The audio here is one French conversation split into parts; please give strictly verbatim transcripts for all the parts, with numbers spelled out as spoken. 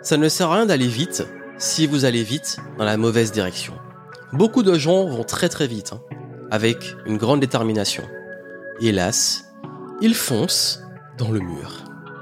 Ça ne sert à rien d'aller vite si vous allez vite dans la mauvaise direction. Beaucoup de gens vont très très vite, hein, avec une grande détermination. Hélas, ils foncent dans le mur.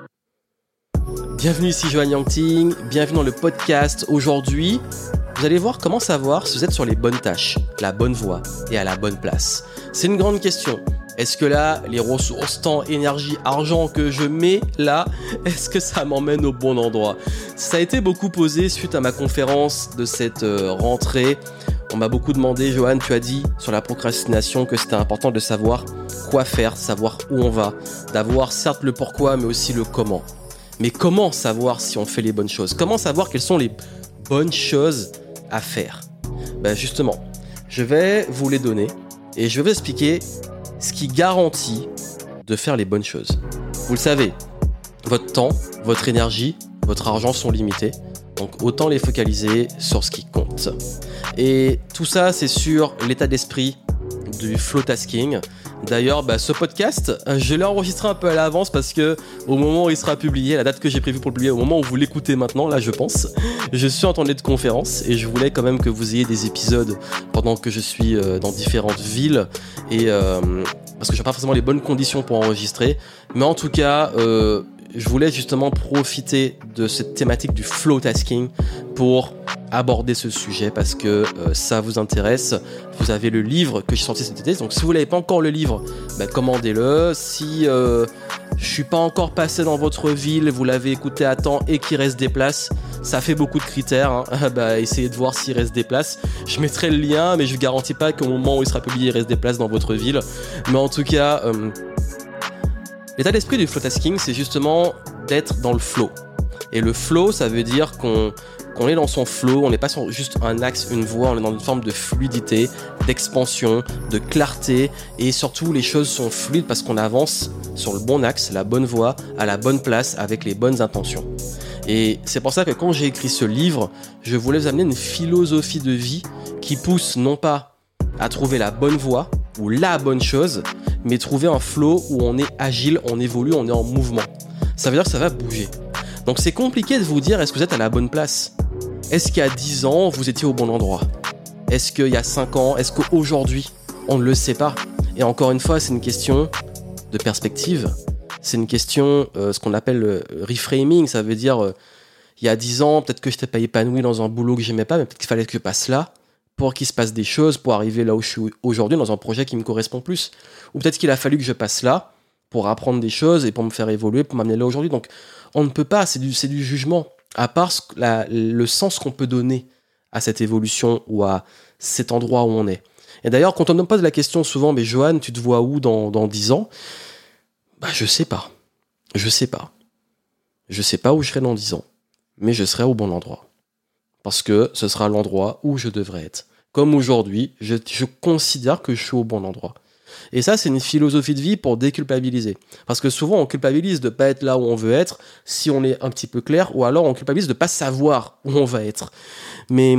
Bienvenue ici Johan Yangting, bienvenue dans le podcast. Aujourd'hui, vous allez voir comment savoir si vous êtes sur les bonnes tâches, la bonne voie et à la bonne place. C'est une grande question. Est-ce que là, les ressources, temps, énergie, argent que je mets là, est-ce que ça m'emmène au bon endroit ? Ça a été beaucoup posé suite à ma conférence de cette euh, rentrée. On m'a beaucoup demandé, Johan, tu as dit sur la procrastination que c'était important de savoir quoi faire, savoir où on va, d'avoir certes le pourquoi, mais aussi le comment. Mais comment savoir si on fait les bonnes choses ? Comment savoir quelles sont les bonnes choses à faire ? Ben justement, je vais vous les donner et je vais vous expliquer ce qui garantit de faire les bonnes choses. Vous le savez, votre temps, votre énergie, votre argent sont limités, donc autant les focaliser sur ce qui compte. Et tout ça, c'est sur l'état d'esprit du flow tasking. D'ailleurs, bah, ce podcast, je l'ai enregistré un peu à l'avance parce que au moment où il sera publié, la date que j'ai prévue pour le publier, au moment où vous l'écoutez maintenant, là je pense, je suis en tournée de conférence et je voulais quand même que vous ayez des épisodes pendant que je suis euh, dans différentes villes et euh, parce que je n'ai pas forcément les bonnes conditions pour enregistrer, mais en tout cas, euh, je voulais justement profiter de cette thématique du flow tasking pour aborder ce sujet parce que euh, ça vous intéresse. Vous avez le livre que j'ai sorti cet été, donc si vous n'avez pas encore le livre, bah, commandez-le. Si euh, je suis pas encore passé dans votre ville, vous l'avez écouté à temps et qu'il reste des places, ça fait beaucoup de critères, hein. Bah, essayez de voir s'il reste des places. Je mettrai le lien, mais je ne garantis pas qu'au moment où il sera publié, il reste des places dans votre ville. Mais en tout cas, euh, l'état d'esprit du flow tasking, c'est justement d'être dans le flow. Et le flow, ça veut dire qu'on qu'on est dans son flow, on n'est pas sur juste un axe, une voie, on est dans une forme de fluidité, d'expansion, de clarté, et surtout les choses sont fluides parce qu'on avance sur le bon axe, la bonne voie, à la bonne place, avec les bonnes intentions. Et c'est pour ça que quand j'ai écrit ce livre, je voulais vous amener une philosophie de vie qui pousse non pas à trouver la bonne voie ou la bonne chose, mais trouver un flow où on est agile, on évolue, on est en mouvement. Ça veut dire que ça va bouger. Donc c'est compliqué de vous dire est-ce que vous êtes à la bonne place ? Est-ce qu'il y a dix ans, vous étiez au bon endroit ? Est-ce qu'il y a cinq ans ? Est-ce qu'aujourd'hui, on ne le sait pas ? Et encore une fois, c'est une question de perspective. C'est une question, euh, ce qu'on appelle le reframing. Ça veut dire, euh, il y a dix ans, peut-être que je n'étais pas épanoui dans un boulot que j'aimais pas, mais peut-être qu'il fallait que je passe là pour qu'il se passe des choses, pour arriver là où je suis aujourd'hui, dans un projet qui me correspond plus. Ou peut-être qu'il a fallu que je passe là pour apprendre des choses et pour me faire évoluer, pour m'amener là aujourd'hui. Donc, on ne peut pas, c'est du, c'est du jugement. À part la, le sens qu'on peut donner à cette évolution ou à cet endroit où on est. Et d'ailleurs, quand on me pose la question souvent, mais Johan, tu te vois où dans, dans dix ans ? Bah, je sais pas. Je sais pas. Je sais pas où je serai dans dix ans. Mais je serai au bon endroit. Parce que ce sera l'endroit où je devrais être. Comme aujourd'hui, je, je considère que je suis au bon endroit. Et ça, c'est une philosophie de vie pour déculpabiliser. Parce que souvent, on culpabilise de ne pas être là où on veut être, si on est un petit peu clair, ou alors on culpabilise de ne pas savoir où on va être. Mais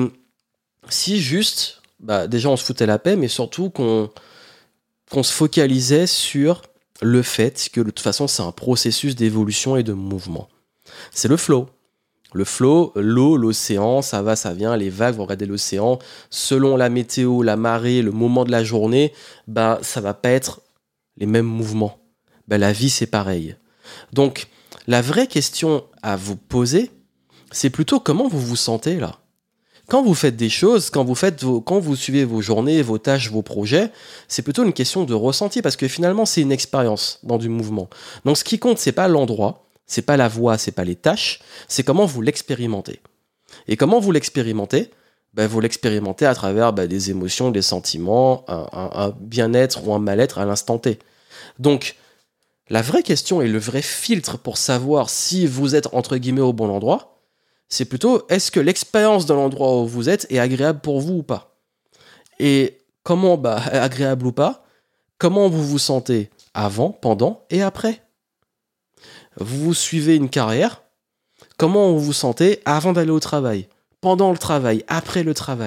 si juste, bah, déjà on se foutait la paix, mais surtout qu'on, qu'on se focalisait sur le fait que de toute façon, c'est un processus d'évolution et de mouvement. C'est le flow. Le flow, l'eau, l'océan, ça va, ça vient, les vagues, vous regardez l'océan, selon la météo, la marée, le moment de la journée, bah, ça va pas être les mêmes mouvements. Bah, la vie, c'est pareil. Donc, la vraie question à vous poser, c'est plutôt comment vous vous sentez là. Quand vous faites des choses, quand vous, faites vos, quand vous suivez vos journées, vos tâches, vos projets, c'est plutôt une question de ressenti parce que finalement, c'est une expérience dans du mouvement. Donc, ce qui compte, c'est pas l'endroit, c'est pas la voie, c'est pas les tâches, c'est comment vous l'expérimentez. Et comment vous l'expérimentez ? Ben, vous l'expérimentez à travers ben, des émotions, des sentiments, un, un, un bien-être ou un mal-être à l'instant T. Donc, la vraie question et le vrai filtre pour savoir si vous êtes entre guillemets au bon endroit, c'est plutôt est-ce que l'expérience de l'endroit où vous êtes est agréable pour vous ou pas ? Et comment, ben, agréable ou pas, comment vous vous sentez avant, pendant et après ? Vous suivez une carrière, comment vous vous sentez avant d'aller au travail, pendant le travail, après le travail ?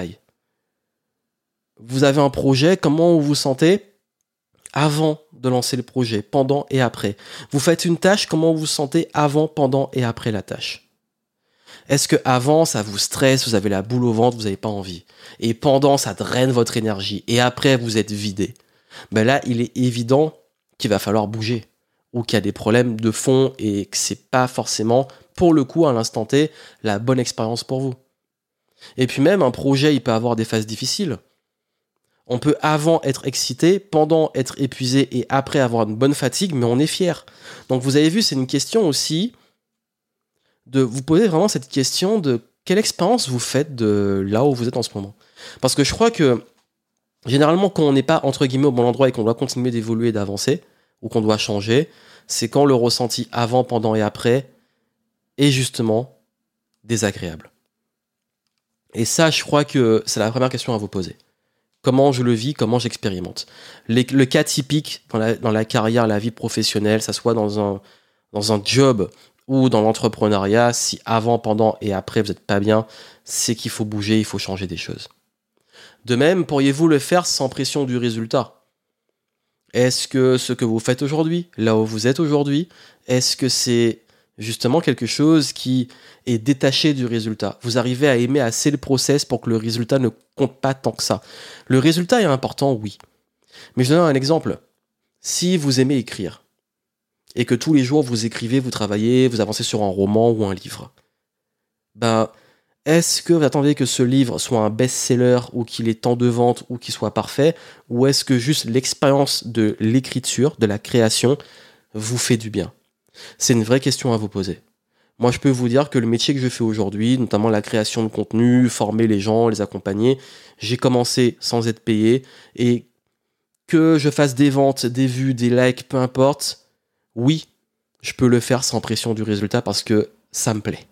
Vous avez un projet, comment vous vous sentez avant de lancer le projet, pendant et après ? Vous faites une tâche, comment vous vous sentez avant, pendant et après la tâche ? Est-ce que avant ça vous stresse, vous avez la boule au ventre, vous n'avez pas envie? Et pendant, ça draine votre énergie. Et après, vous êtes vidé. Ben là, il est évident qu'il va falloir bouger. Ou qu'il y a des problèmes de fond et que c'est pas forcément, pour le coup, à l'instant T, la bonne expérience pour vous. Et puis même, un projet, il peut avoir des phases difficiles. On peut avant être excité, pendant être épuisé et après avoir une bonne fatigue, mais on est fier. Donc vous avez vu, c'est une question aussi de vous poser vraiment cette question de quelle expérience vous faites de là où vous êtes en ce moment. Parce que je crois que généralement, quand on n'est pas entre guillemets au bon endroit et qu'on doit continuer d'évoluer, d'avancer, ou qu'on doit changer, c'est quand le ressenti avant, pendant et après est justement désagréable. Et ça, je crois que c'est la première question à vous poser. Comment je le vis, comment j'expérimente. Les, le cas typique dans la, dans la carrière, la vie professionnelle, ça soit dans un, dans un job ou dans l'entrepreneuriat, si avant, pendant et après vous n'êtes pas bien, c'est qu'il faut bouger, il faut changer des choses. De même, pourriez-vous le faire sans pression du résultat? Est-ce que ce que vous faites aujourd'hui, là où vous êtes aujourd'hui, est-ce que c'est justement quelque chose qui est détaché du résultat? Vous arrivez à aimer assez le process pour que le résultat ne compte pas tant que ça. Le résultat est important, oui. Mais je donne un exemple. Si vous aimez écrire, et que tous les jours vous écrivez, vous travaillez, vous avancez sur un roman ou un livre, ben, est-ce que vous attendez que ce livre soit un best-seller ou qu'il ait tant de ventes ou qu'il soit parfait, ou est-ce que juste l'expérience de l'écriture, de la création, vous fait du bien? C'est une vraie question à vous poser. Moi, je peux vous dire que le métier que je fais aujourd'hui, notamment la création de contenu, former les gens, les accompagner, j'ai commencé sans être payé, et que je fasse des ventes, des vues, des likes, peu importe, oui, je peux le faire sans pression du résultat parce que ça me plaît.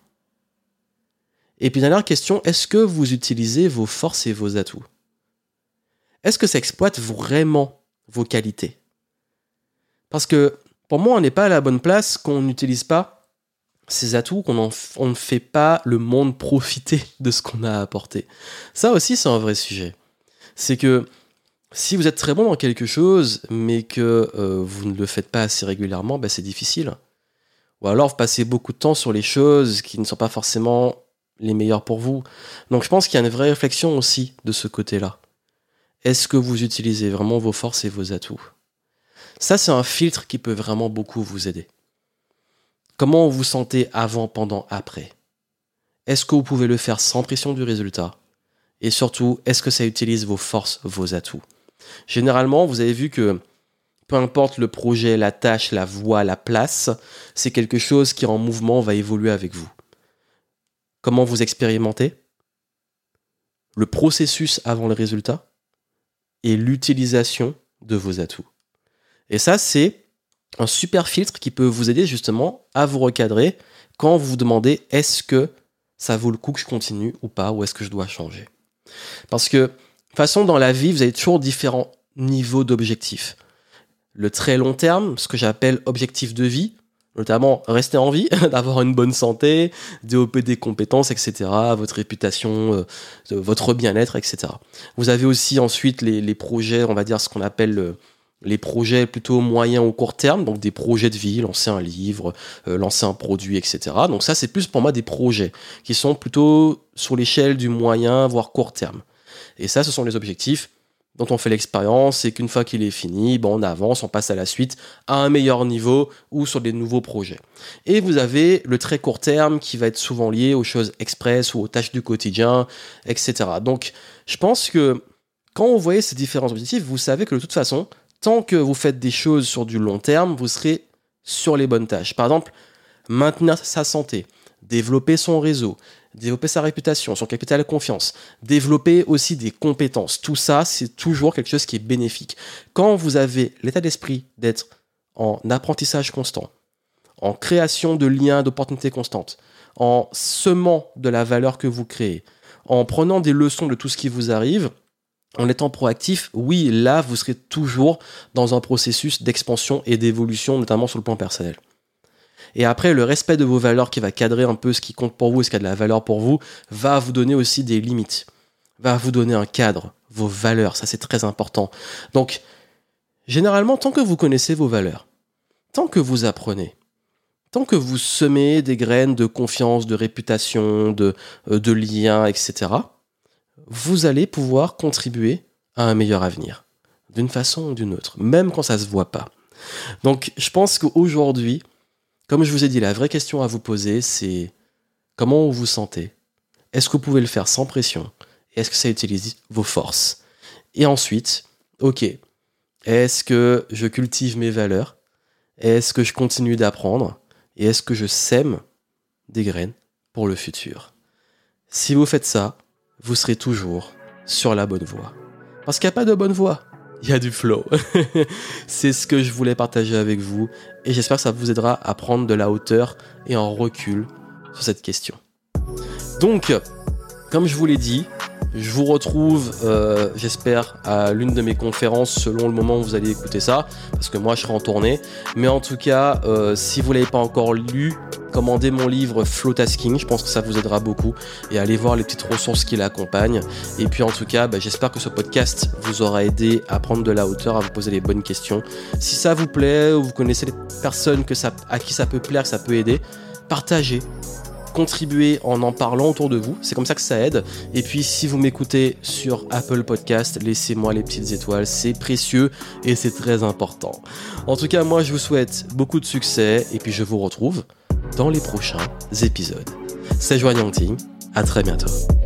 Et puis, dernière question, est-ce que vous utilisez vos forces et vos atouts? Est-ce que ça exploite vraiment vos qualités? Parce que, pour moi, on n'est pas à la bonne place quand on n'utilise pas ses atouts, qu'on en, on ne fait pas le monde profiter de ce qu'on a apporté. Ça aussi, c'est un vrai sujet. C'est que si vous êtes très bon dans quelque chose, mais que euh, vous ne le faites pas assez régulièrement, ben c'est difficile. Ou alors, vous passez beaucoup de temps sur les choses qui ne sont pas forcément les meilleures pour vous. Donc, je pense qu'il y a une vraie réflexion aussi de ce côté-là. Est-ce que vous utilisez vraiment vos forces et vos atouts? Ça, c'est un filtre qui peut vraiment beaucoup vous aider. Comment vous vous sentez avant, pendant, après? Est-ce que vous pouvez le faire sans pression du résultat? Et surtout, est-ce que ça utilise vos forces, vos atouts? Généralement, vous avez vu que peu importe le projet, la tâche, la voie, la place, c'est quelque chose qui en mouvement va évoluer avec vous. Comment vous expérimentez? Le processus avant le résultat et l'utilisation de vos atouts. Et ça, c'est un super filtre qui peut vous aider justement à vous recadrer quand vous vous demandez est-ce que ça vaut le coup que je continue ou pas, ou est-ce que je dois changer? Parce que, de toute façon, dans la vie, vous avez toujours différents niveaux d'objectifs. Le très long terme, ce que j'appelle objectif de vie, notamment rester en vie, d'avoir une bonne santé, développer des compétences, et cetera, votre réputation, euh, votre bien-être, et cetera. Vous avez aussi ensuite les, les projets, on va dire ce qu'on appelle le, les projets plutôt moyen ou court terme, donc des projets de vie, lancer un livre, euh, lancer un produit, et cetera. Donc ça, c'est plus pour moi des projets qui sont plutôt sur l'échelle du moyen, voire court terme. Et ça, ce sont les objectifs dont on fait l'expérience, et qu'une fois qu'il est fini, ben on avance, on passe à la suite, à un meilleur niveau ou sur des nouveaux projets. Et vous avez le très court terme qui va être souvent lié aux choses express ou aux tâches du quotidien, et cetera. Donc, je pense que quand vous voyez ces différents objectifs, vous savez que de toute façon, tant que vous faites des choses sur du long terme, vous serez sur les bonnes tâches. Par exemple, maintenir sa santé, développer son réseau, développer sa réputation, son capital de confiance, développer aussi des compétences. Tout ça, c'est toujours quelque chose qui est bénéfique. Quand vous avez l'état d'esprit d'être en apprentissage constant, en création de liens, d'opportunités constantes, en semant de la valeur que vous créez, en prenant des leçons de tout ce qui vous arrive, en étant proactif, oui, là, vous serez toujours dans un processus d'expansion et d'évolution, notamment sur le plan personnel. Et après, le respect de vos valeurs qui va cadrer un peu ce qui compte pour vous et ce qui a de la valeur pour vous, va vous donner aussi des limites, va vous donner un cadre, vos valeurs, ça c'est très important. Donc, généralement, tant que vous connaissez vos valeurs, tant que vous apprenez, tant que vous semez des graines de confiance, de réputation, de, euh, de liens, et cetera, vous allez pouvoir contribuer à un meilleur avenir, d'une façon ou d'une autre, même quand ça ne se voit pas. Donc, je pense qu'aujourd'hui, comme je vous ai dit, la vraie question à vous poser, c'est comment vous vous sentez ? Est-ce que vous pouvez le faire sans pression ? Est-ce que ça utilise vos forces ? Et ensuite, ok, est-ce que je cultive mes valeurs ? Est-ce que je continue d'apprendre ? Et est-ce que je sème des graines pour le futur ? Si vous faites ça, vous serez toujours sur la bonne voie. Parce qu'il n'y a pas de bonne voie, il y a du flow. C'est ce que je voulais partager avec vous et j'espère que ça vous aidera à prendre de la hauteur et en recul sur cette question. Donc, comme je vous l'ai dit, je vous retrouve, euh, j'espère, à l'une de mes conférences selon le moment où vous allez écouter ça, parce que moi je serai en tournée. Mais en tout cas, euh, si vous ne l'avez pas encore lu, commandez mon livre Flow Tasking, je pense que ça vous aidera beaucoup, et allez voir les petites ressources qui l'accompagnent. Et puis en tout cas, bah, j'espère que ce podcast vous aura aidé à prendre de la hauteur, à vous poser les bonnes questions. Si ça vous plaît, ou vous connaissez des personnes que ça, à qui ça peut plaire, que ça peut aider, partagez. Contribuer en en parlant autour de vous, c'est comme ça que ça aide. Et puis si vous m'écoutez sur Apple Podcast, laissez-moi les petites étoiles, c'est précieux et c'est très important. En tout cas, moi je vous souhaite beaucoup de succès et puis je vous retrouve dans les prochains épisodes. C'est Joanne Yangting, à très bientôt.